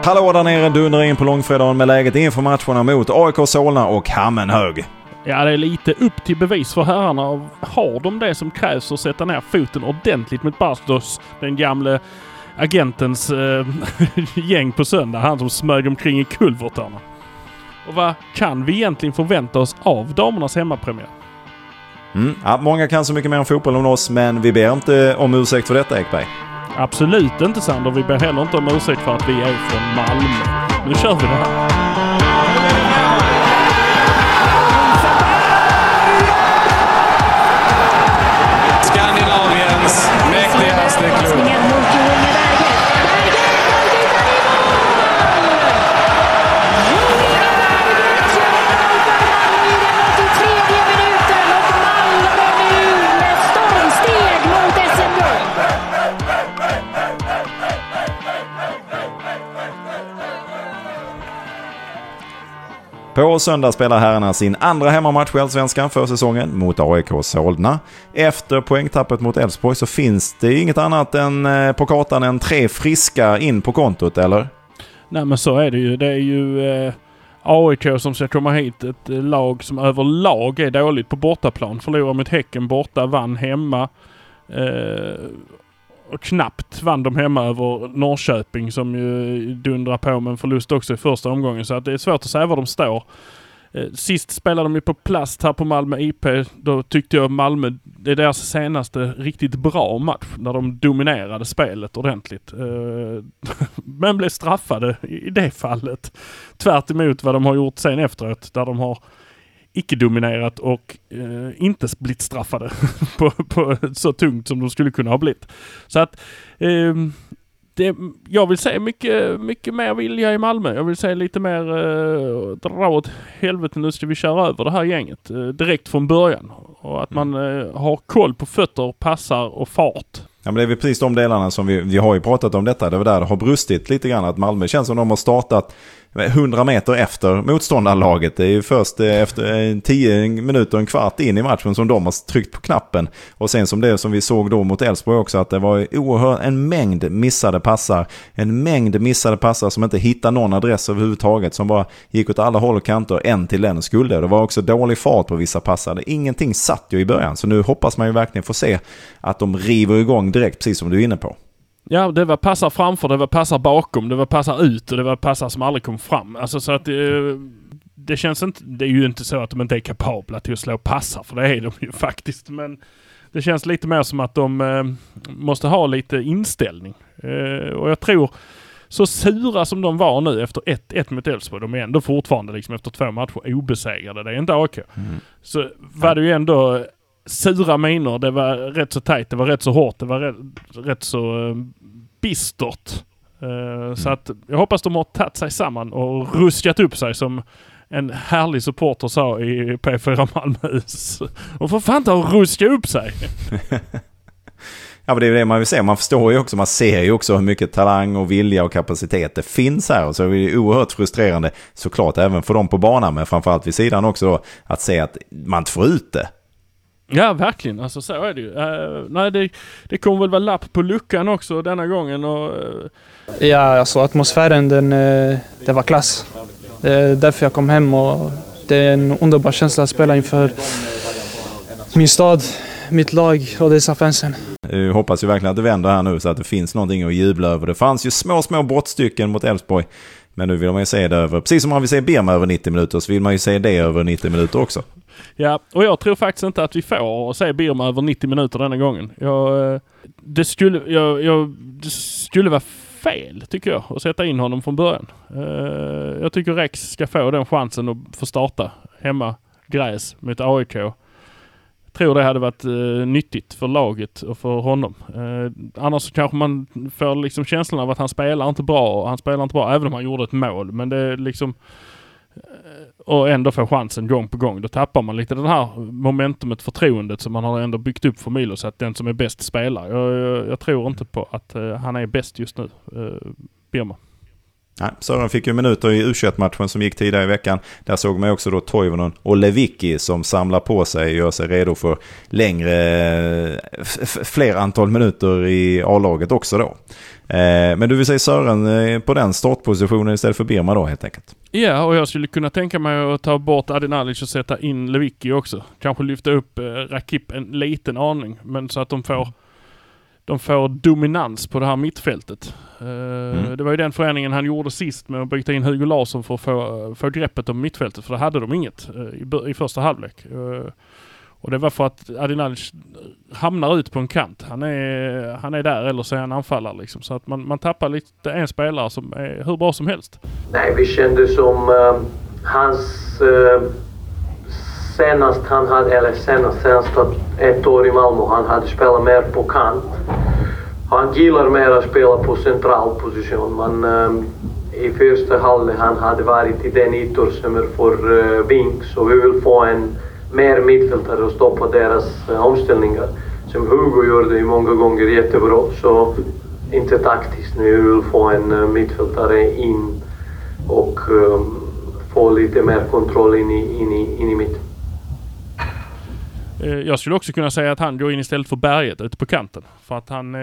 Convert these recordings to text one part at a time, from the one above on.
Hallå där nere, dundrar in på långfredagen med läget inför matcherna mot AIK Solna och Hammenhög. Ja, det är lite upp till bevis för herrarna. Har de det som krävs att sätta ner foten ordentligt mot Bastos, den gamle agentens gäng på söndag, han som smög omkring i kulvertarna? Och vad kan vi egentligen förvänta oss av damernas hemmapremiär? Ja, många kan så mycket mer om fotboll än oss, men vi ber inte om ursäkt för detta, Ekberg. Absolut inte, Sander. Vi ber heller inte om ursäkt för att vi är från Malmö. Nu kör vi det här. Skandinaviens mäktigaste klubb. På söndag spelar herrarna sin andra hemmamatch i Allsvenskan för säsongen mot AIK Solna. Efter poängtappet mot Elfsborg så finns det inget annat än på kartan än 3 friska in på kontot, eller? Nej, men så är det ju. Det är ju AIK som ska komma hit. Ett lag som överlag är dåligt på bortaplan. Förlorar mot Häcken borta, vann hemma. Och knappt vann de hemma över Norrköping som ju dundrar på med en förlust också i första omgången. Så att det är svårt att säga var de står. Sist spelade de ju på plast här på Malmö IP. Då tyckte jag Malmö, det är deras senaste riktigt bra match. När de dominerade spelet ordentligt. Men blev straffade i det fallet. Tvärt emot vad de har gjort sen efteråt. Där de har icke-dominerat och inte blivit straffade på så tungt som de skulle kunna ha blivit. Så att jag vill säga mycket mer vilja i Malmö. Jag vill säga lite mer dra åt helvete, nu ska vi köra över det här gänget direkt från början. Och att man har koll på fötter, passar och fart. Ja, men det är väl precis de delarna som vi har ju pratat om detta. Det var där det har brustit lite grann, att Malmö känns som de har startat 100 meter efter motståndarlaget. Det är ju först efter 10 minuter, en kvart in i matchen som de har tryckt på knappen. Och sen som det som vi såg då mot Elfsborg också, att det var en mängd missade passar som inte hittade någon adress överhuvudtaget, som bara gick åt alla håll och kanter, en till den skulle. Det var också dålig fart på vissa passar. Ingenting satt ju i början, så nu hoppas man ju verkligen få se att de river igång direkt, precis som du är inne på. Ja, det var passar framför, det var passar bakom, det var passar ut och det var passar som aldrig kom fram. Alltså så att det känns inte, det är ju inte så att de inte är kapabla till att slå passar, för det är de ju faktiskt. Men det känns lite mer som att de måste ha lite inställning. Och jag tror, så sura som de var nu efter 1-1 mot Elfsborg, de är ändå fortfarande liksom efter 2 matcher obesegrade. Det är inte AIK. Så var det ju ändå sura miner, det var rätt så tajt, det var rätt så hårt, det var rätt så bistert. Så att jag hoppas de har tagit sig samman och ruskat upp sig, som en härlig supporter sa i P4 Malmöhus. Och för fan inte ruska upp sig. Ja, men det är det man vill se. Man förstår ju också, man ser ju också hur mycket talang och vilja och kapacitet det finns här. Och så är det oerhört frustrerande såklart även för dem på banan, men framförallt vid sidan också då, att se att man inte får ut det. Ja, verkligen. Alltså så är det ju. Nej, det kommer väl vara lapp på luckan också denna gången. Och ja, alltså atmosfären, det var klass. Det är därför jag kom hem, och det är en underbar känsla att spela inför min stad, mitt lag och dessa fansen. Jag hoppas ju verkligen att det vänder här nu så att det finns någonting att jubla över. Det fanns ju små brottstycken mot Elfsborg, men nu vill man ju se det över. Precis som man vill se Birma över 90 minuter, så vill man ju se det över 90 minuter också. Ja, och jag tror faktiskt inte att vi får se Birma över 90 minuter denna gången. Det skulle vara fel, tycker jag, att sätta in honom från början. Jag tycker Rex ska få den chansen att få starta hemma gräs mot AIK. Jag tror det hade varit nyttigt för laget och för honom. Annars så kanske man får liksom känslan av att han spelar inte bra, även om han gjorde ett mål. Men det är liksom, och ändå får chansen gång på gång. Då tappar man lite den här momentumet, förtroendet som man har ändå byggt upp för Milos, att den som är bäst spelar. Jag tror inte på att han är bäst just nu, Birma. Nej, Sören fick ju minuter i U21-matchen som gick tidigare i veckan. Där såg man också då Toivonen och Lewicki som samlar på sig och gör sig redo för fler antal minuter i A-laget också då. Men du vill säga Sören på den startpositionen istället för Birma då helt enkelt? Ja, och jag skulle kunna tänka mig att ta bort Adi Nalic och sätta in Lewicki också. Kanske lyfta upp Rakip en liten aning, men så att de får dominans på det här mittfältet. Det var ju den förändringen han gjorde sist med att byta in Hugo Larsson för att få greppet om mittfältet, för det hade de inget i första halvlek. Och det var för att Adi Nalic hamnar ut på en kant. Han är där, eller så är han anfallare liksom. Så att man tappar lite en spelare som är hur bra som helst. Nej, vi kände som hans senast ett år i Malmö, han hade spelat mer på kant. Han gillar mer att spela på central position, men i första halvlek han hade varit i den ytor som är för ving, så vi vill få en mer mittfältare och stoppa deras omställningar. Som Hugo gjorde många gånger jättebra, så inte taktiskt. Nu vill få en mittfältare in och få lite mer kontroll in i mitten. Jag skulle också kunna säga att han går in istället för Berget ute på kanten. För att han...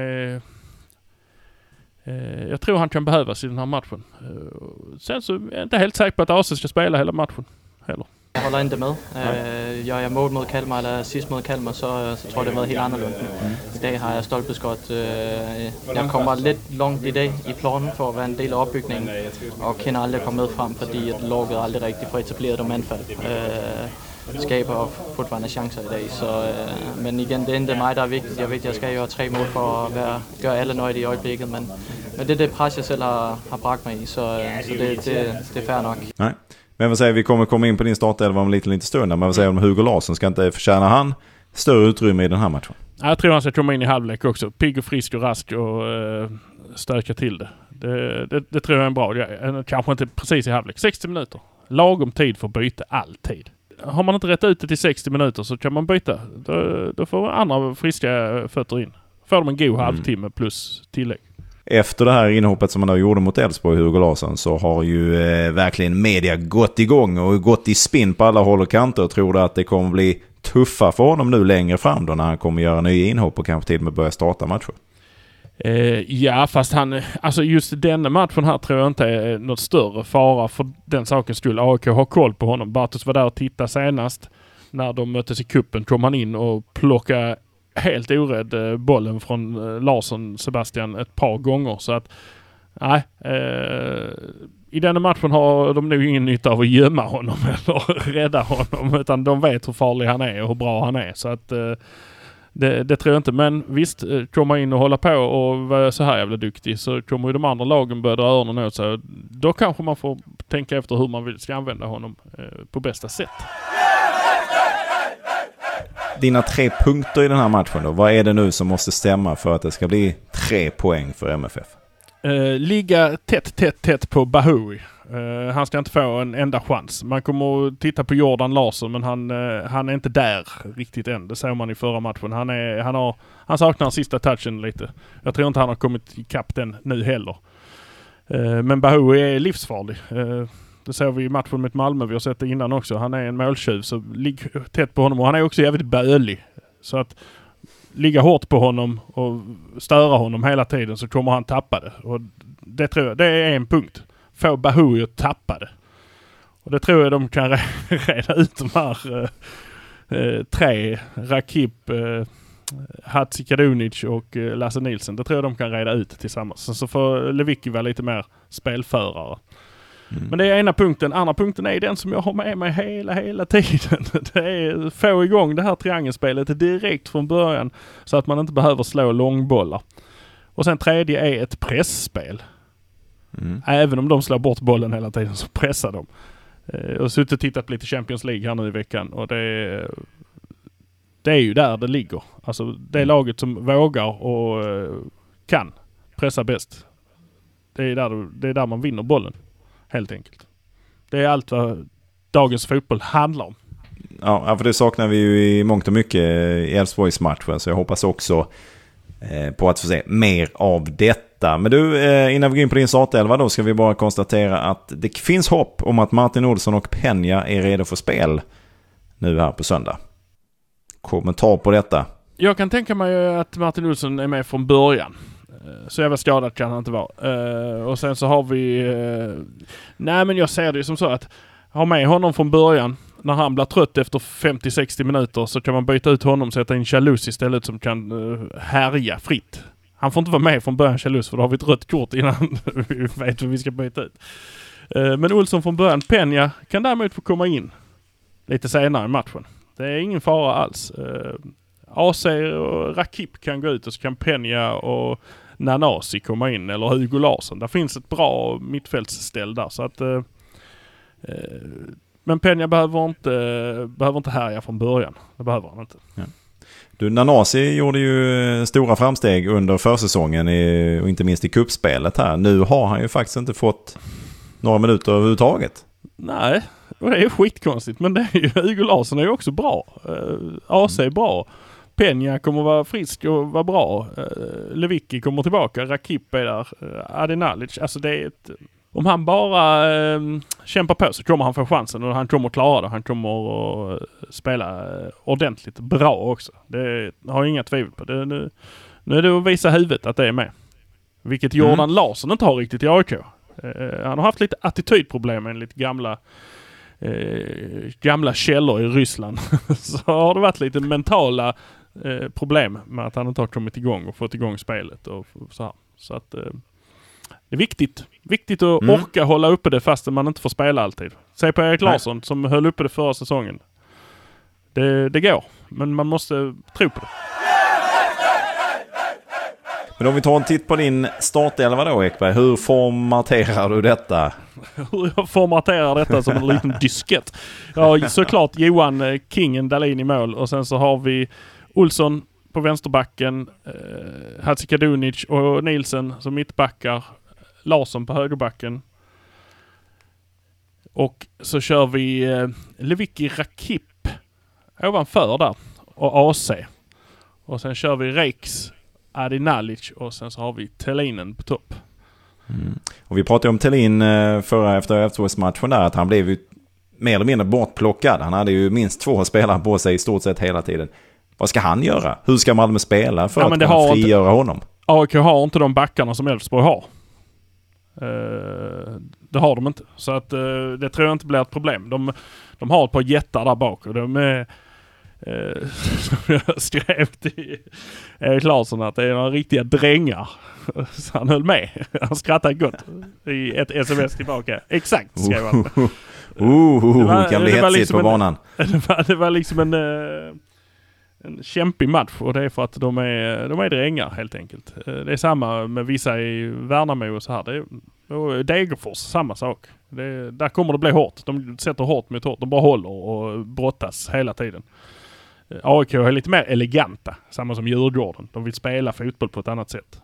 jag tror han kan behövas i den här matchen. Sen så är jag inte helt säker på att AC ska spela hela matchen heller. Jag håller inte med. Gör jag mål mot Kalmar eller assist mot Kalmar, så tror jag det var helt annorlunda. Idag har jag stolpeskott. Jag kommer lite långt idag i planen för att vara en del av uppbyggningen och kan aldrig komma med fram för att laget aldrig riktigt får etablera de anfall. Skapar fortfarande chanser idag. Så, men igen, det är inte mig, det är viktigt. Jag vet att jag ska göra 3 mål för att göra alla nöjda i ögonblicket. Men det är det press jag själv har bragt mig i. Så det är fair nog. Nej. Men vad säger vi kommer komma in på din startelva om lite stund. Men vad säger om Hugo Larsson? Ska inte förtjäna han större utrymme i den här matchen? Jag tror han ska komma in i halvlek också. Pigg och frisk och rask och stöka till det. Det tror jag är en bra. Kanske inte precis i halvlek. 60 minuter. Lagom tid för byte alltid. Har man inte rätt ut det till 60 minuter så kan man byta. Då får andra friska fötter in. Får de en god halvtimme plus tillägg. Efter det här inhoppet som man då gjorde mot Elfsborg, Hugo Larsson, så har ju verkligen media gått igång och gått i spinn på alla håll och kanter och tror att det kommer bli tuffa för honom nu längre fram då när han kommer göra nya inhopp och kanske till och med börja starta matcher. Ja, fast alltså just denna matchen här tror jag inte är något större fara för den saken skulle AIK ha koll på honom. Bartos var där och tittade senast. När de möttes i kuppen kom han in och plockade helt orädd bollen från Larsson Sebastian ett par gånger. Så att, nej. I denna matchen har de nog ingen nytta av att gömma honom eller rädda honom. Utan de vet hur farlig han är och hur bra han är. Så att det tror jag inte. Men visst, komma in och hålla på och vara så här jävla duktig så kommer ju de andra lagen börja dra öronen åt sig. Då kanske man får tänka efter hur man ska använda honom på bästa sätt. Dina 3 punkter i den här matchen då. Vad är det nu som måste stämma för att det ska bli 3 poäng för MFF? Ligga tätt på Bahoui. Han ska inte få en enda chans. Man kommer att titta på Jordan Larsson, men han är inte där riktigt än. Det såg man i förra matchen. Han saknar den sista touchen lite. Jag tror inte han har kommit ikapp den nu heller. Men Bahoui är livsfarlig. Det såg vi i matchen med Malmö. Vi har sett det innan också. Han är en måltjuv, så ligg tätt på honom. Och han är också jävligt bölig. Så att ligga hårt på honom och störa honom hela tiden så kommer han tappa det. Och det tror jag, det är en punkt. Få Bahoui att tappa det. Och det tror jag de kan reda ut de här 3. Rakip, Hatzikadunic och Lasse Nilsson. Det tror jag de kan reda ut tillsammans. Så får Lewicki vara lite mer spelförare. Men det är ena punkten. Andra punkten är den som jag har med mig hela tiden. Det är få igång det här triangelspelet direkt från början så att man inte behöver slå långbollar. Och sen tredje är ett pressspel. Även om de slår bort bollen hela tiden så pressar de. Och suttit och tittat lite Champions League här nu i veckan och det är ju där det ligger. Alltså det är laget som vågar och kan pressa bäst. Det är där man vinner bollen. Helt enkelt. Det är allt vad dagens fotboll handlar om. Ja, för det saknar vi ju i mångt och mycket i Elfsborgs matchen. Så jag hoppas också på att få se mer av detta. Men du, innan vi går in på din startelva då ska vi bara konstatera att det finns hopp om att Martin Olsson och Peña är redo för spel nu här på söndag. Kommentar på detta? Jag kan tänka mig att Martin Olsson är med från början. Så jag var skadad kan han inte vara. Och sen så har vi... nej men jag ser det ju som så att ha med honom från början. När han blir trött efter 50-60 minuter så kan man byta ut honom och sätta in Chalus istället som kan härja fritt. Han får inte vara med från början Chalus för då har vi ett rött kort innan vi vet vad vi ska byta ut. Men Olsson från början, Peña kan däremot få komma in lite senare i matchen. Det är ingen fara alls. AC och Rakip kan gå ut och så kan Peña och Nanasi komma in eller Hugo Larsson. Där finns ett bra mittfältsställ där så att men Peña behöver inte härja från början. Det behöver han inte. Ja. Du, Nanasi gjorde ju stora framsteg under försäsongen och inte minst i kuppspelet här. Nu har han ju faktiskt inte fått några minuter överhuvudtaget. Nej, och det är skitkonstigt. Men det är ju, Hugo Larsson är ju också bra. AC är bra. Peña kommer vara frisk och vara bra. Lewicki kommer tillbaka. Rakip är där. Adinalic. Alltså det är ett... Om han bara kämpar på så kommer han få chansen och han kommer att klara det. Han kommer att spela ordentligt bra också. Det har jag inga tvivel på. Nu är det att visa huvudet att det är med. Vilket Jordan Larsson inte har riktigt i AIK. Han har haft lite attitydproblem enligt gamla källor i Ryssland. Så har det varit lite mentala problem med att han inte har kommit igång och fått igång spelet och så här. Så att det är viktigt att orka hålla uppe det fast man inte får spela alltid. Se på Erik Larsson som höll uppe det förra säsongen. Det går, men man måste tro på det. Men om vi tar en titt på din startelva då, Ekberg. Hur formaterar du detta? Hur jag formaterar detta som en liten diskett. Ja, såklart Johan Kingen Dahlin i mål. Och sen så har vi Olsson på vänsterbacken. Hadzikadunic och Nielsen som mittbackar. Larsson på högerbacken. Och så kör vi Lewicki Rakip ovanför där. Och AC. Och sen kör vi Reiks, Adinalic och sen så har vi Thelinen på topp. Och vi pratade om Thelin efter eftermatchen där att han blev ju mer eller mindre bortplockad. Han hade ju minst 2 spelare på sig i stort sett hela tiden. Vad ska han göra? Hur ska Malmö spela för att kunna frigöra honom? AIK har inte de backarna som Elfsborg har. Det har de inte. Så att det tror jag inte blir ett problem. De har ett par jättar där bak och de är som jag skrev till Erik Larsson att det är några riktiga drängar. Så han höll med. Han skrattade gott i ett sms tillbaka. Exakt, skrev han. Kan bli hetsigt liksom på banan. Det var liksom en kämpig match och det är för att de är drängar helt enkelt. Det är samma med vissa i Värnamo och så här. Och Degerfors, samma sak. Där kommer det bli hårt. De sätter hårt mot hårt. De bara håller och brottas hela tiden. AIK är lite mer eleganta. Samma som Djurgården. De vill spela fotboll på ett annat sätt.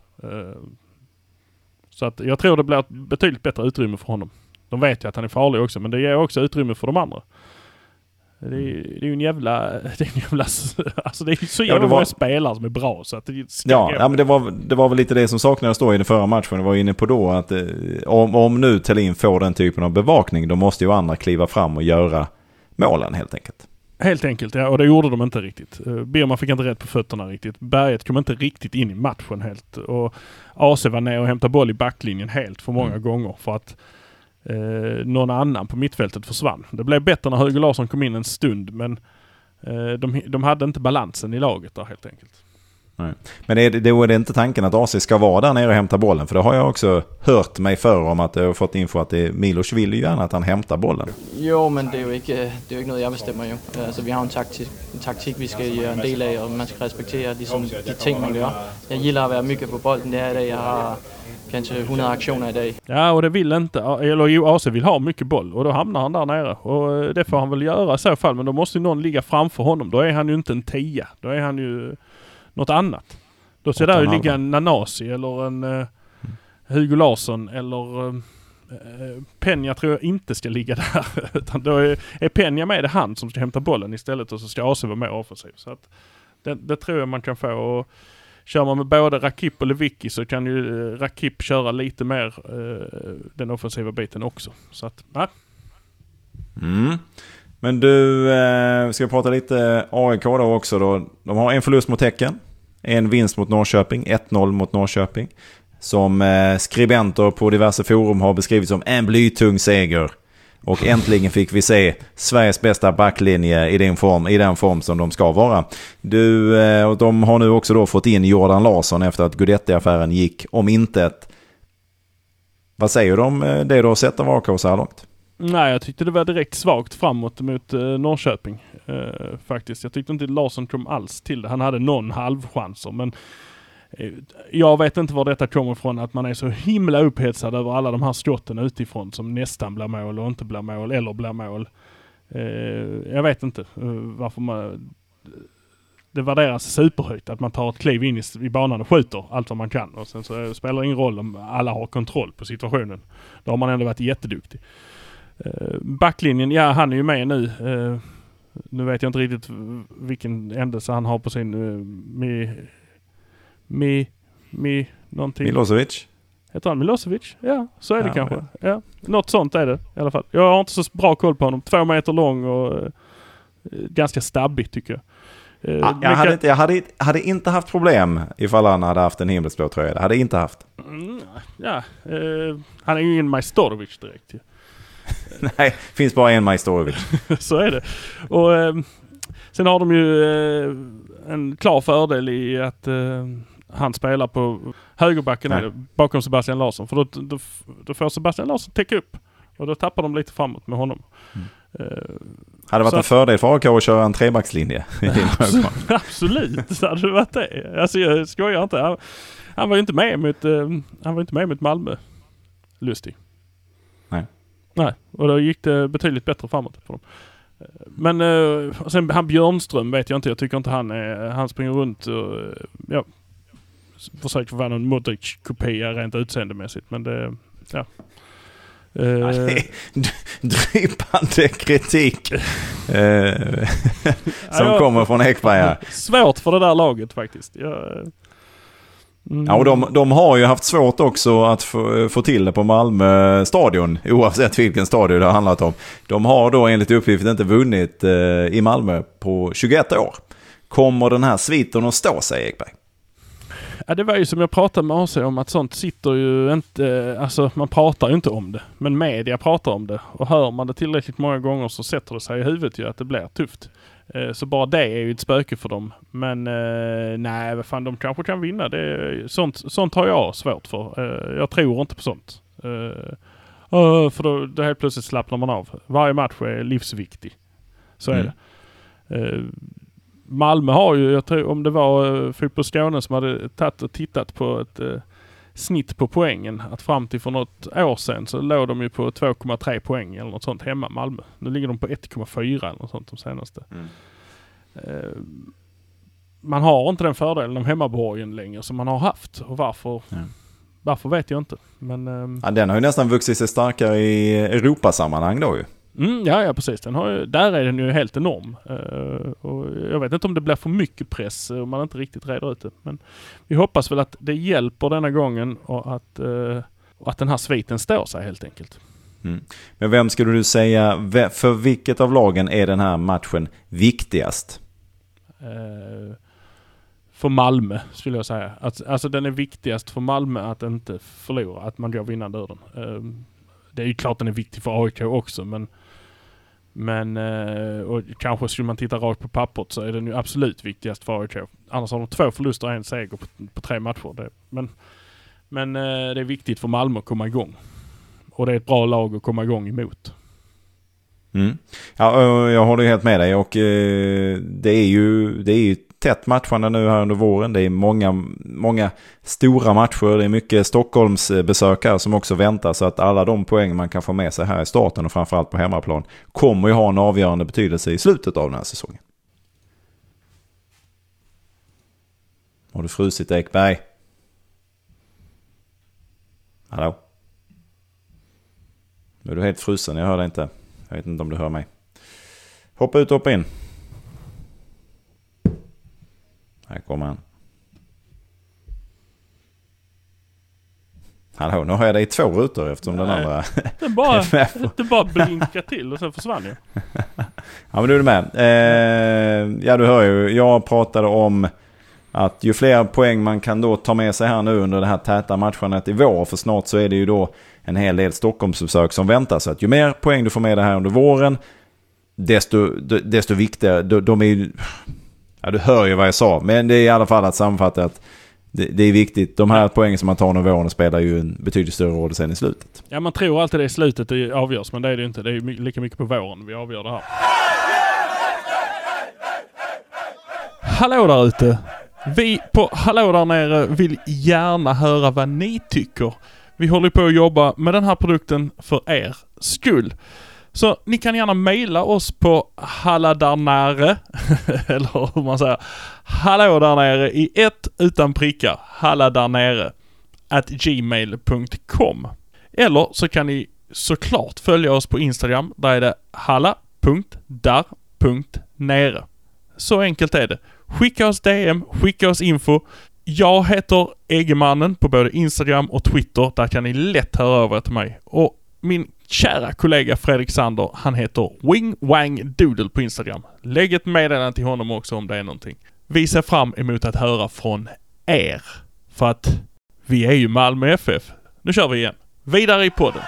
Så att jag tror det blir ett betydligt bättre utrymme för honom. De vet ju att han är farlig också. Men det ger också utrymme för de andra. Det är ju en jävla alltså det är så jävla många spelare som är bra så att men det var väl lite det som saknades då i den förra matchen. Jag var inne på då att om nu Thelin får den typen av bevakning då måste ju andra kliva fram och göra målen helt enkelt. Helt enkelt, ja. Och det gjorde de inte riktigt. Birman fick inte rätt på fötterna riktigt. Berget kom inte riktigt in i matchen helt. Och AC var ner och hämtade boll i backlinjen helt för många gånger för att någon annan på mittfältet försvann. Det blev bättre när Hugo Larsson kom in en stund men de hade inte balansen i laget där helt enkelt. Nej. Men är det inte tanken att AC ska vara där nere och hämta bollen? För det har jag också hört mig för om att jag har fått info att Milos vill ju gärna att han hämtar bollen. Jo, men det är ju inte något jag bestämmer ju. Alltså, vi har en taktik vi ska göra en del av och man ska respektera liksom, de ting man gör. Jag gillar att vara mycket på bollen. Det är det jag har kanske 100 aktioner idag. Ja, och det vill inte. Eller AC vill ha mycket boll och då hamnar han där nere. Och det får han väl göra i så fall. Men då måste ju någon ligga framför honom. Då är han ju inte en 10. Då är han ju något annat. Då ser där ju ligga en Nanasi eller en Hugo Larsson eller Peña tror jag inte ska ligga där. Utan då är Peña med det han som ska hämta bollen istället och så ska AC vara mer offensiv. Så att det tror jag man kan få. Och kör man med både Rakip och Lewicki så kan ju Rakip köra lite mer den offensiva biten också. Så att, nej. Men du, ska vi prata lite AIK då också då. De har en förlust mot Häcken, en vinst mot Norrköping, 1-0 mot Norrköping. Som skribenter på diverse forum har beskrivit som en blytung seger. Och äntligen fick vi se Sveriges bästa backlinje i den form som de ska vara. Och de har nu också då fått in Jordan Larsson efter att Guidetti-affären gick om intet. Vad säger du om det du har sett av AIK så här långt? Nej, jag tyckte det var direkt svagt framåt mot Norrköping. Faktiskt. Jag tyckte inte Larsson kom alls till det. Han hade någon halvchanser, men jag vet inte var detta kommer ifrån, att man är så himla upphetsad över alla de här skotten utifrån som nästan blir mål och inte blir mål eller blir mål. Jag vet inte varför det värderas superhögt att man tar ett kliv in i banan och skjuter allt vad man kan, och sen så spelar det ingen roll om alla har kontroll på situationen. Då har man ändå varit jätteduktig. Backlinjen, ja, han är ju med nu. Nu vet jag inte riktigt vilken ändelse han har på sin någonting. Milosevic? Heter han Milosevic? Ja, så är det kanske. Ja, något sånt är det i alla fall. Jag har inte så bra koll på honom. 2 meter lång och ganska stabbig tycker jag. Jag hade inte haft problem ifall han hade haft en himmelsblå tröja. Det hade jag inte haft. Han är ju ingen Majstorovic direkt. Nej, finns bara en Majstorovic. Så är det. Och sen har de ju en klar fördel i att han spelar på högerbacken bakom Sebastian Larsson. För då får Sebastian Larsson täcka upp. Och då tappar de lite framåt med honom. Hade det varit en fördel för AIK att köra en trebackslinje i din högman? Absolut, så hade det varit det. Alltså jag skojar inte. Han var ju inte med mot Malmö. Lustig. Nej, och då gick det betydligt bättre framåt för dem. Men sen han Björnström vet jag inte. Jag tycker inte han springer runt och försöker vara någon Modric-kopia rent utseendemässigt. Men det, ja. Drypande kritik som kommer från Ekberg. Svårt för det där laget faktiskt. Ja, och de har ju haft svårt också att få till det på Malmö stadion, oavsett vilken stadion det har handlat om. De har då enligt uppgift inte vunnit i Malmö på 21 år. Kommer den här sviten att stå sig, Ekberg? Ja, det var ju som jag pratade med AC om, att sånt sitter ju inte, alltså man pratar ju inte om det, men media pratar om det, och hör man det tillräckligt många gånger så sätter det sig i huvudet ju att det blir tufft. Så bara det är ju ett spöke för dem. Men nej, vad fan, de kanske kan vinna. Sånt har jag svårt för. Jag tror inte på sånt. För då helt plötsligt slappnar man av. Varje match är livsviktig. Så är det. Malmö har ju, jag tror om det var Fotboll Skåne som hade tagit och tittat på ett snitt på poängen, att fram till för något år sedan så låg de ju på 2,3 poäng eller något sånt hemma Malmö. Nu ligger de på 1,4 eller något sånt de senaste. Man har inte den fördelen av hemmaborgen längre som man har haft, och varför vet jag inte. Men den har ju nästan vuxit sig starkare i Europasammanhang då ju. Ja, precis. Där är den ju helt enorm. Och jag vet inte om det blir för mycket press om man inte riktigt reder ut det. Men vi hoppas väl att det hjälper denna gången, och att den här sviten står sig helt enkelt. Men vem skulle du säga, för vilket av lagen är den här matchen viktigast? För Malmö skulle jag säga. Alltså den är viktigast för Malmö att inte förlora, att man går vinnande ur den. Det är ju klart den är viktig för AIK också, men och kanske skulle man titta rakt på pappret så är den ju absolut viktigast för AIK. Annars har de 2 förluster och 1 seger på 3 matcher. Men det är viktigt för Malmö att komma igång. Och det är ett bra lag att komma igång emot. Ja, jag håller helt med dig, och det är ju tätt matchande nu här under våren. Det är många stora matcher. Det är mycket Stockholms besökare som också väntar, så att alla de poäng man kan få med sig här i starten och framförallt på hemmaplan kommer ju ha en avgörande betydelse i slutet av den här säsongen. Har du frusit, Ekberg? Hallå? Nu är du helt frusen, jag hör dig inte. Jag vet inte om du hör mig. Hoppa ut och hoppa in. Här kommer han. Hallå, nu har jag dig i 2 rutor eftersom den andra... Det bara blinkar till och sen försvann jag. Ja, men du är med. Ja, du hör ju. Jag pratade om att ju fler poäng man kan då ta med sig här nu under det här täta matchandet i vår, för snart så är det ju då en hel del Stockholmsförsök som väntar. Så att ju mer poäng du får med det här under våren, desto viktigare. De är ju... Ja, du hör ju vad jag sa. Men det är i alla fall att sammanfatta att det är viktigt. De här poängen som man tar under våren spelar ju en betydligt större roll sen i slutet. Ja, man tror alltid det i slutet det avgörs, men det är det inte. Det är lika mycket på våren vi avgör det här. Hallå där ute! Vi på Hallå där nere vill gärna höra vad ni tycker. Vi håller på att jobba med den här produkten för er skull. Så ni kan gärna mejla oss på halladarnare eller hur man säger, hallå där nere i ett utan prickar, halladarnere @gmail.com. Eller så kan ni såklart följa oss på Instagram, där är det halla.dar.nere. Så enkelt är det. Skicka oss DM, skicka oss info. Jag heter Eggemannen på både Instagram och Twitter, där kan ni lätt höra över till mig. Och min kära kollega Fredrik Sander, han heter Wing Wang Doodle på Instagram. Lägg ett meddelande till honom också om det är någonting. Vi ser fram emot att höra från er. För att vi är ju Malmö FF. Nu kör vi igen. Vidare i podden.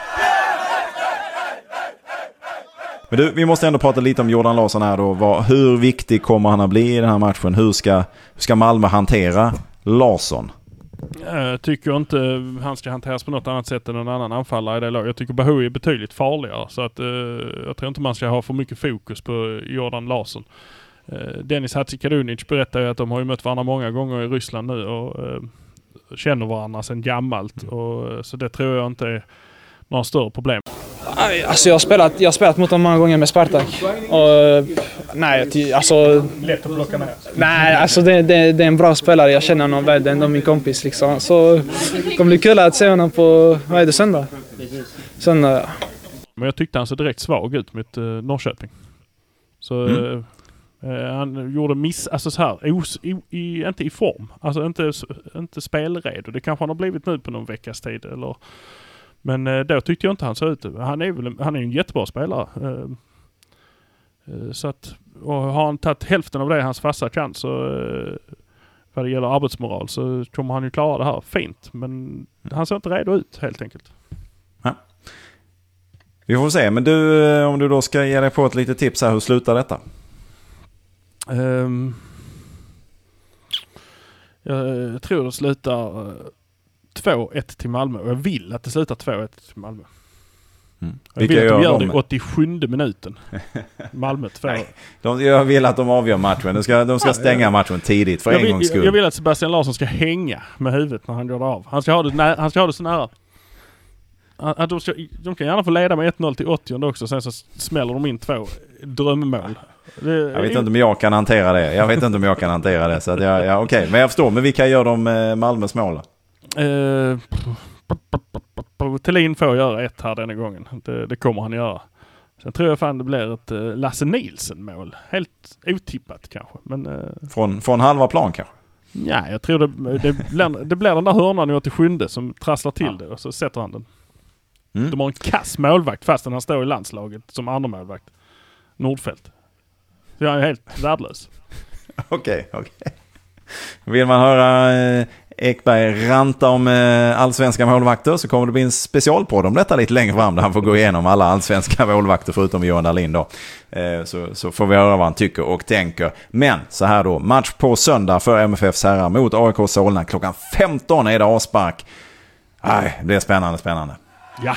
Men du, vi måste ändå prata lite om Jordan Larsson här då. Hur viktig kommer han att bli i den här matchen? Hur ska Malmö hantera Larsson? Jag tycker inte han ska hanteras på något annat sätt än en annan anfallare i det laget. Jag tycker Bahoui är betydligt farligare. Så att jag tror inte man ska ha för mycket fokus på Jordan Larsson. Dennis Hadzikadunic berättar ju att de har ju mött varandra många gånger i Ryssland nu och känner varandra sedan gammalt. Och, så det tror jag inte är några större problem. Alltså jag har spelat mot dem många gånger med Spartak. Och nej, alltså... Lätt att plocka med. Nej, alltså det är en bra spelare. Jag känner honom väl, det är ändå min kompis liksom. Så det kommer bli kul att se honom på, vad är det, söndag? Söndag, ja. Men jag tyckte han så direkt svag ut mot Norrköping. Så han gjorde alltså så här, inte i form. Alltså inte spelredo. Det kanske han har blivit nu på någon veckas tid eller... Men då tyckte jag inte han såg ut. Han är en jättebra spelare. Så att, och har han tagit hälften av det hans fasta chans så vad det gäller arbetsmoral så kommer han ju klara det här fint. Men han ser inte redo ut helt enkelt. Ja. Vi får se. Men du, om du då ska ge dig på ett litet tips här, hur slutar detta? Jag tror det slutar 2-1 till Malmö. Och jag vill att det slutar 2-1 till Malmö. Jag vill att de gör det i 87 minuten. Malmö 2. Jag vill att de avgör matchen. De ska stänga matchen tidigt för en gångs skull. Jag vill att Sebastian Larsson ska hänga med huvudet när han gör det av. Han ska ha det så nära. Att de kan gärna få leda med 1-0 till 80 också. Sen så smäller de in 2 drömmål. Jag vet inte om jag kan hantera det. Så att okej. Men jag förstår. Men vi kan göra dem Malmös mål. Thelin får göra 1 här denna gången. Det kommer han göra. Sen tror jag fan det blir ett Lasse Nielsen-mål. Helt otippat kanske. Men, från halva plan kanske? Ja, jag tror det blir den där hörnan i 87 som trasslar till det och så sätter han den. De har en kass målvakt fast han står i landslaget som andra målvakt. Nordfeldt. Så jag är helt värdelös. Okej. Vill man höra Ekberg ranta om allsvenska målvakter så kommer det bli en specialpodd om detta lite längre fram där han får gå igenom alla allsvenska målvakter förutom Johan Dahlin då. Så får vi höra vad han tycker och tänker. Men så här då, match på söndag för MFFs herrar mot AIK Solna. Klockan 15 är det avspark. Det blir spännande. Ja.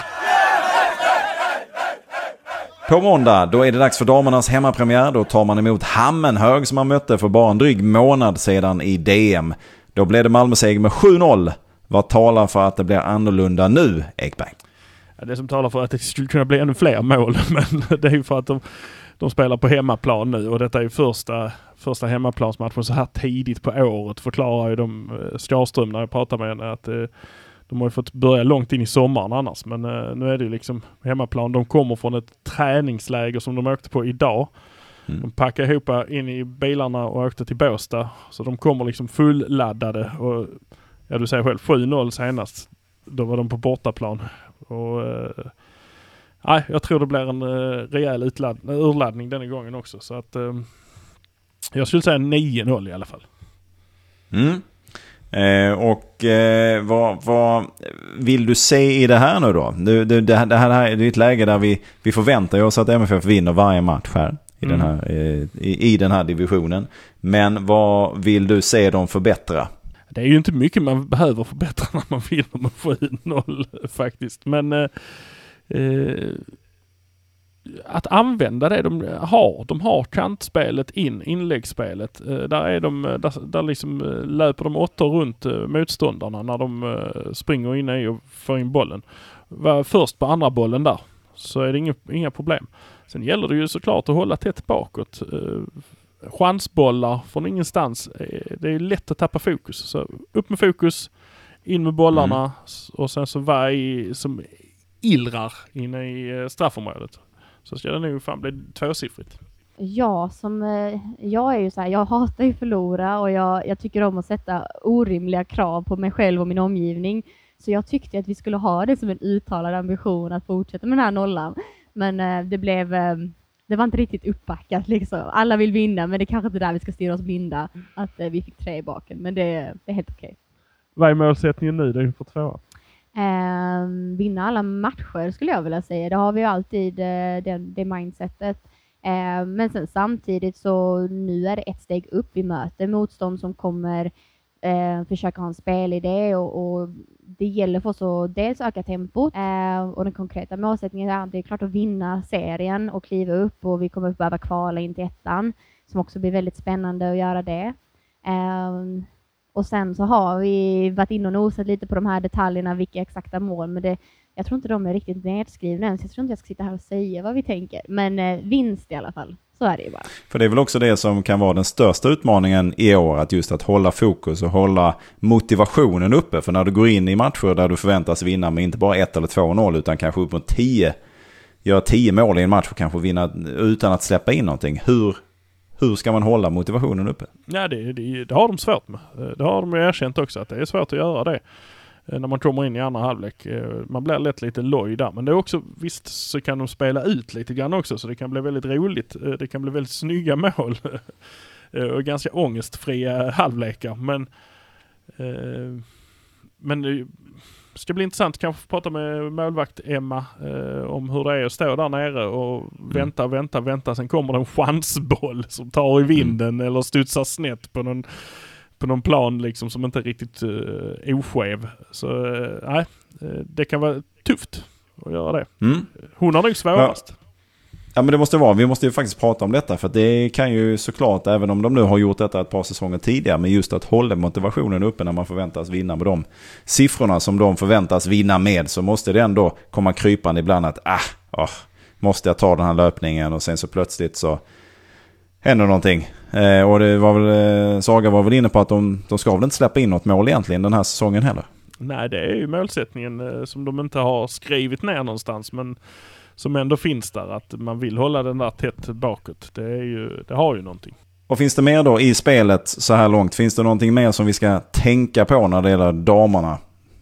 På måndag, då är det dags för damernas hemmapremiär. Då tar man emot Hammenhög som man mötte för bara en dryg månad sedan i DM. Då blev det Malmö-seger med 7-0. Vad talar för att det blir annorlunda nu, Ekberg? Ja, det som talar för att det skulle kunna bli ännu fler mål. Men det är ju för att de spelar på hemmaplan nu. Och detta är ju första hemmaplansmatchen så här tidigt på året. Förklarar ju de Skarström när jag pratar med henne att de har ju fått börja långt in i sommaren annars. Men nu är det ju liksom hemmaplan. De kommer från ett träningsläger som de åkte på idag. De packade ihop in i bilarna och åkte till Båstad. Så de kommer liksom fulladdade. Och ja, du säger själv 7-0 senast. Då var de på bortaplan. Och jag tror det blir en rejäl urladdning denna gången också. Så att jag skulle säga 9-0 i alla fall. Vad vill du se i det här nu då? Det här är ett läge där vi förväntar oss att MFF vinner varje match här i den här divisionen. Men vad vill du se dem förbättra? Det är ju inte mycket man behöver förbättra när man vinner med 7-0 faktiskt. Men att använda det de har. De har kantspelet inläggsspelet. Där liksom löper de 8 runt motståndarna när de springer in i och får in bollen. Var först på andra bollen där så är det inga problem. Sen gäller det ju såklart att hålla tätt bakåt. Chansbollar från ingenstans. Det är lätt att tappa fokus. Så upp med fokus, in med bollarna och sen så som illrar inne i straffområdet. Så ska det nog fan bli 2-siffrigt. Ja, jag är ju så här, jag hatar ju förlora och jag tycker om att sätta orimliga krav på mig själv och min omgivning. Så jag tyckte att vi skulle ha det som en uttalad ambition att fortsätta med den här nollan. Men det var inte riktigt uppbackat liksom. Alla vill vinna, men det är kanske inte där vi ska styra oss blinda att vi fick 3 i baken. Men det är helt okej. Vad är målsättningen nu? Det är ju för 2. Vinna alla matcher skulle jag vilja säga. Det har vi ju alltid det mindsetet. Men sen samtidigt så nu är det ett steg upp. Vi möter motstånd som kommer försöka ha en spelidé och det gäller för oss att dels öka tempot och den konkreta målsättningen är det är klart att vinna serien och kliva upp och vi kommer behöva kvala in till 1:an som också blir väldigt spännande att göra det. Och sen så har vi varit in och nosat lite på de här detaljerna, vilka exakta mål, men jag tror inte de är riktigt nedskrivna än, så jag tror inte jag ska sitta här och säga vad vi tänker. Men vinst i alla fall, så är det ju bara. För det är väl också det som kan vara den största utmaningen i år, att hålla fokus och hålla motivationen uppe. För när du går in i matcher där du förväntas vinna med inte bara 1 eller 2-0 utan kanske upp mot 10 mål i en match och kanske vinna utan att släppa in någonting. Hur ska man hålla motivationen uppe? Ja, det har de svårt med. Det har de ju erkänt också, att det är svårt att göra det när man kommer in i andra halvlek. Man blir lätt lite loj där. Men det är också, visst så kan de spela ut lite grann också, så det kan bli väldigt roligt. Det kan bli väldigt snygga mål och ganska ångestfria halvlekar. Men det ska bli intressant kanske få prata med målvakt Emma om hur det är att stå där nere och vänta. Sen kommer det en chansboll som tar i vinden eller studsar snett på någon plan liksom, som inte är riktigt oskev. Så nej, det kan vara tufft att göra det. Hon har nog svårast. Ja, men det måste vara. Vi måste ju faktiskt prata om detta, för det kan ju såklart, även om de nu har gjort detta ett par säsonger tidigare, men just att hålla motivationen uppe när man förväntas vinna med de siffrorna som de förväntas vinna med, så måste det ändå komma krypande ibland att måste jag ta den här löpningen, och sen så plötsligt så händer någonting. Och det var väl, Saga var väl inne på att de ska väl inte släppa in något mål egentligen den här säsongen heller. Nej, det är ju målsättningen som de inte har skrivit ner någonstans, men som ändå finns där, att man vill hålla den där tätt bakåt. Det har ju någonting. Och finns det mer då i spelet så här långt? Finns det någonting mer som vi ska tänka på när det gäller damerna?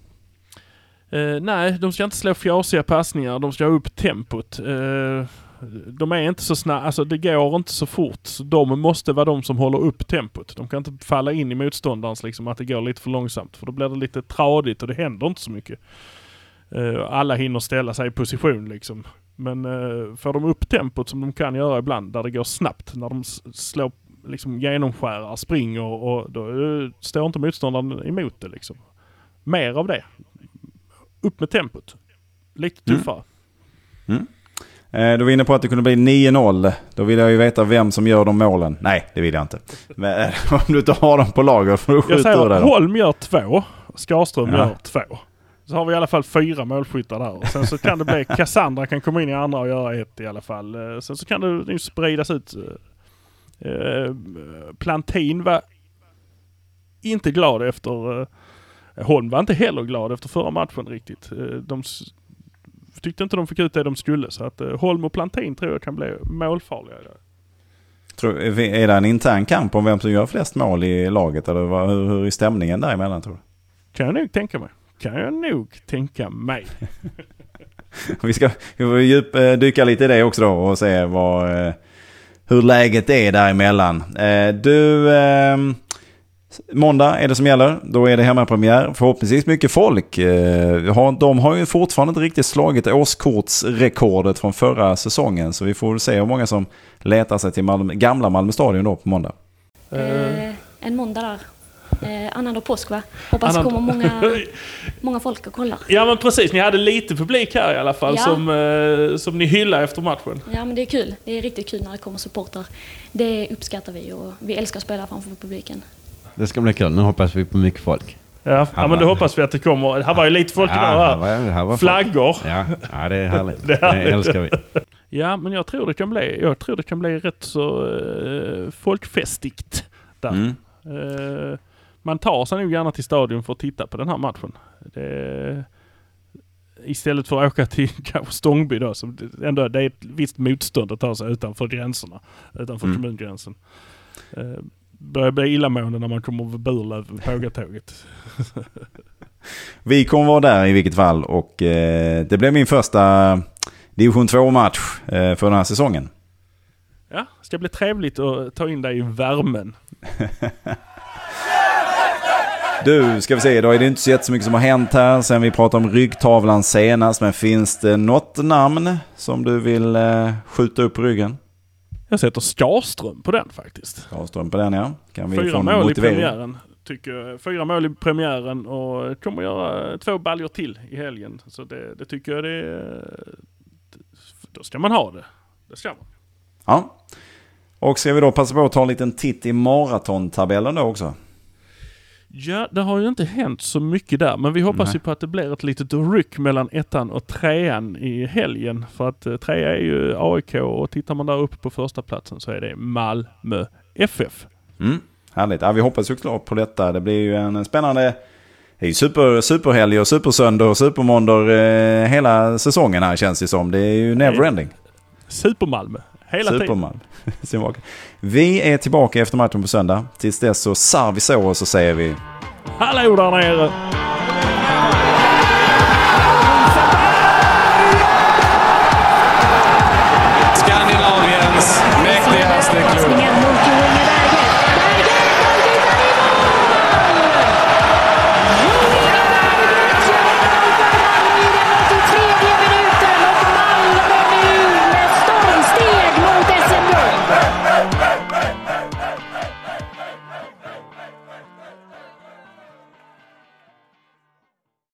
Nej, de ska inte slå fjasiga passningar. De ska ha upp tempot. De är inte så snabba. Alltså det går inte så fort. Så de måste vara de som håller upp tempot. De kan inte falla in i motståndarens liksom, att det går lite för långsamt. För då blir det lite tradigt och det händer inte så mycket. Alla hinner ställa sig i position liksom. Men får de upp tempot som de kan göra ibland, där det går snabbt, när de slår liksom genomskärar, springer, och då står inte motståndaren emot det liksom. Mer av det. Upp med tempot. Lite tuffare. Du var inne på att det kunde bli 9-0. Då vill jag ju veta vem som gör de målen. Nej, det vill jag inte. Men om du inte har dem på lager för att skjuta ur det. Holm gör 2. Skarström gör 2. Så har vi i alla fall 4 målskyttar där. Och sen så kan det bli Cassandra kan komma in i andra och göra 1 i alla fall. Sen så kan det ju spridas ut. Plantin var inte glad efter... Holm var inte heller glad efter förra matchen riktigt. De tyckte inte de fick ut det de skulle. Så att Holm och Plantin tror jag kan bli målfarliga där. Är det en intern kamp om vem som gör flest mål i laget? Eller hur är stämningen däremellan, tror du? Kan jag nog tänka mig. kan jag nog tänka mig. Vi ska dyka lite i det också då och se hur läget är däremellan. Måndag är det som gäller. Då är det hemmapremiär. Förhoppningsvis mycket folk. De har ju fortfarande inte riktigt slagit årskortsrekordet från förra säsongen. Så vi får se hur många som letar sig till gamla Malmö stadion då på måndag. En måndag där. Annandag påsk, va? Hoppas det kommer många folk och kollar. Ja, men precis. Ni hade lite publik här i alla fall, ja. som ni hyllar efter matchen. Ja, men det är kul. Det är riktigt kul när det kommer supportrar. Det uppskattar vi och vi älskar att spela framför publiken. Det ska bli kul. Nu hoppas vi på mycket folk. Ja, men då hoppas vi att det kommer. Här var ju lite folk idag här. Här var flaggor. Ja, det är härligt. Det älskar vi. Ja, men jag tror det kan bli rätt så folkfestigt där. Man tar sig nog gärna till stadion för att titta på den här matchen. Istället för att åka till kanske Stångby då, som ändå det är ett visst motstånd att ta sig utanför gränserna, utanför kommungränsen. Börjar bli illamående när man kommer över Burlöv på Pågatåget. Vi kommer vara där i vilket fall och det blev min första division 2-match för den här säsongen. Ja, det ska bli trevligt att ta in dig i värmen. Du, ska vi se, då är det inte så jättemycket som har hänt här sen vi pratade om ryggtavlan senast, men finns det något namn som du vill skjuta upp på ryggen? Jag sätter Skarström på den faktiskt. Skarström på den, ja. Kan vi 4 få mål motivering? I premiären. 4 mål i premiären och kommer göra 2 baljor till i helgen. Så det tycker jag då ska man ha det. Det ska man. Ja. Och ska vi då passa på att ta en liten titt i maratontabellen då också? Ja, det har ju inte hänt så mycket där. Men vi hoppas ju på att det blir ett litet ryck mellan 1:an och 3:an i helgen. För att 3 är ju AIK och tittar man där uppe på första platsen så är det Malmö FF. Härligt. Ja, vi hoppas ju klart på detta. Det blir ju en spännande superhelg och supersöndag och supermåndag hela säsongen här känns det som. Det är ju neverending. Supermalmö. Hela tiden. Vi är tillbaka efter matchen på söndag. Tills dess så sar vi så och så säger vi hallå där nere!